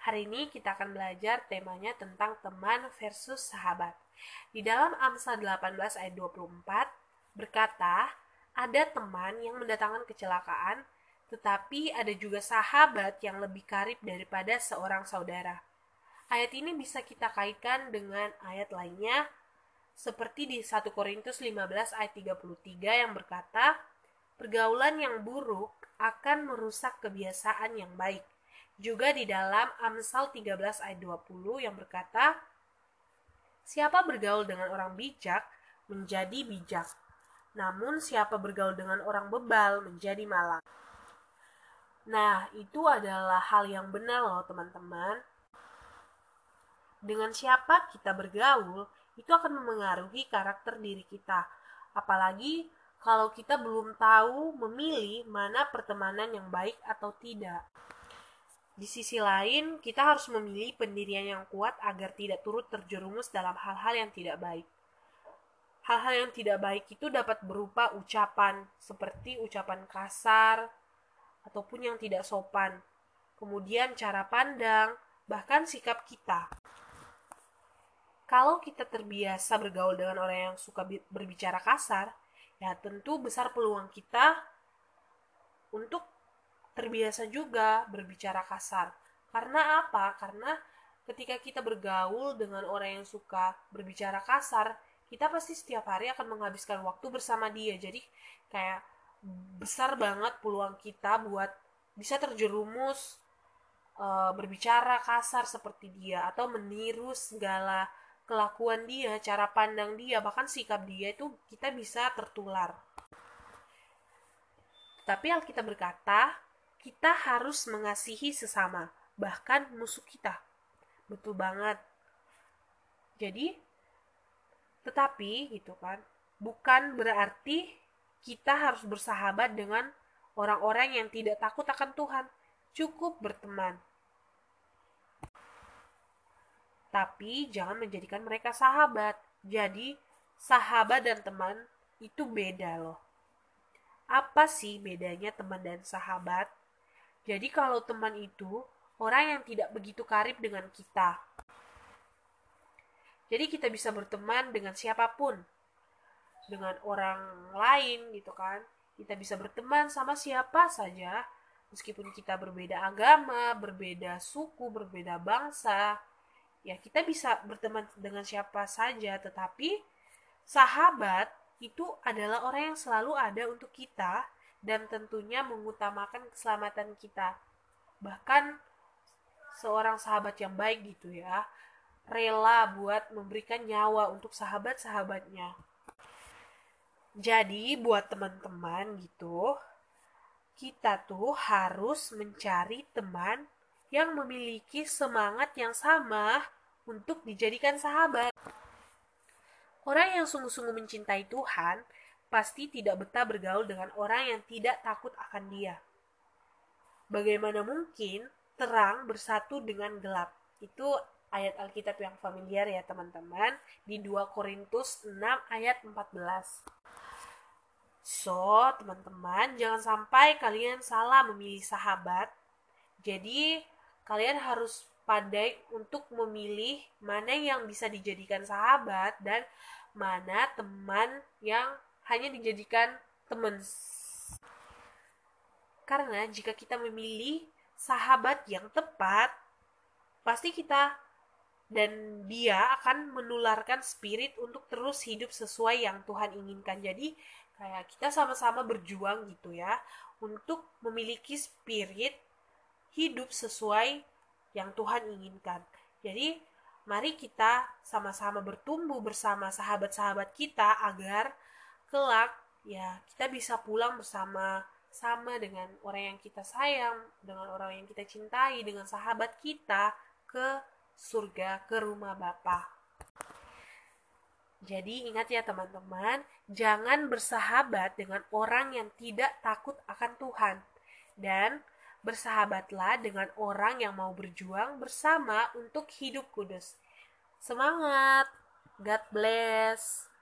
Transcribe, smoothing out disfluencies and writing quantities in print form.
Hari ini kita akan belajar temanya tentang teman versus sahabat. Di dalam Amsal 18 ayat 24 berkata, ada teman yang mendatangkan kecelakaan, tetapi ada juga sahabat yang lebih karib daripada seorang saudara. Ayat ini bisa kita kaitkan dengan ayat lainnya, seperti di 1 Korintus 15 ayat 33 yang berkata, pergaulan yang buruk akan merusak kebiasaan yang baik. Juga di dalam Amsal 13 ayat 20 yang berkata, siapa bergaul dengan orang bijak menjadi bijak, namun siapa bergaul dengan orang bebal menjadi malang. Nah, itu adalah hal yang benar loh teman-teman. Dengan siapa kita bergaul, itu akan memengaruhi karakter diri kita. Apalagi kalau kita belum tahu memilih mana pertemanan yang baik atau tidak. Di sisi lain, kita harus memilih pendirian yang kuat agar tidak turut terjerumus dalam hal-hal yang tidak baik. Hal-hal yang tidak baik itu dapat berupa ucapan, seperti ucapan kasar, ataupun yang tidak sopan. Kemudian cara pandang, bahkan sikap kita. Kalau kita terbiasa bergaul dengan orang yang suka berbicara kasar, ya tentu besar peluang kita untuk terbiasa juga berbicara kasar. Karena apa? Karena ketika kita bergaul dengan orang yang suka berbicara kasar, kita pasti setiap hari akan menghabiskan waktu bersama dia. Jadi kayak besar banget peluang kita buat bisa terjerumus berbicara kasar seperti dia atau meniru segala kelakuan dia, cara pandang dia, bahkan sikap dia itu kita bisa tertular. Tapi Alkitab berkata, kita harus mengasihi sesama, bahkan musuh kita. Betul banget. Jadi, tetapi gitu kan, bukan berarti kita harus bersahabat dengan orang-orang yang tidak takut akan Tuhan. Cukup berteman. Tapi jangan menjadikan mereka sahabat. Jadi, sahabat dan teman itu beda loh. Apa sih bedanya teman dan sahabat? Jadi kalau teman itu orang yang tidak begitu karib dengan kita. Jadi kita bisa berteman dengan siapapun. Dengan orang lain gitu kan. Kita bisa berteman sama siapa saja. Meskipun kita berbeda agama, berbeda suku, berbeda bangsa. Ya kita bisa berteman dengan siapa saja. Tetapi sahabat itu adalah orang yang selalu ada untuk kita dan tentunya mengutamakan keselamatan kita. Bahkan seorang sahabat yang baik gitu ya, rela buat memberikan nyawa untuk sahabat-sahabatnya. Jadi buat teman-teman gitu, kita tuh harus mencari teman yang memiliki semangat yang sama untuk dijadikan sahabat. Orang yang sungguh-sungguh mencintai Tuhan pasti tidak betah bergaul dengan orang yang tidak takut akan Dia. Bagaimana mungkin terang bersatu dengan gelap? Itu ayat Alkitab yang familiar ya teman-teman, di 2 Korintus 6 ayat 14. So, teman-teman, jangan sampai kalian salah memilih sahabat. Jadi, kalian harus pandai untuk memilih mana yang bisa dijadikan sahabat dan mana teman yang hanya dijadikan teman. Karena jika kita memilih sahabat yang tepat, pasti kita dan dia akan menularkan spirit untuk terus hidup sesuai yang Tuhan inginkan. Jadi kayak kita sama-sama berjuang gitu ya untuk memiliki spirit hidup sesuai yang Tuhan inginkan. Jadi mari kita sama-sama bertumbuh bersama sahabat-sahabat kita agar kelak ya kita bisa pulang bersama dengan orang yang kita sayang, dengan orang yang kita cintai, dengan sahabat kita ke surga, ke rumah Bapa. Jadi ingat ya teman-teman, jangan bersahabat dengan orang yang tidak takut akan Tuhan. Dan bersahabatlah dengan orang yang mau berjuang bersama untuk hidup kudus. Semangat! God bless!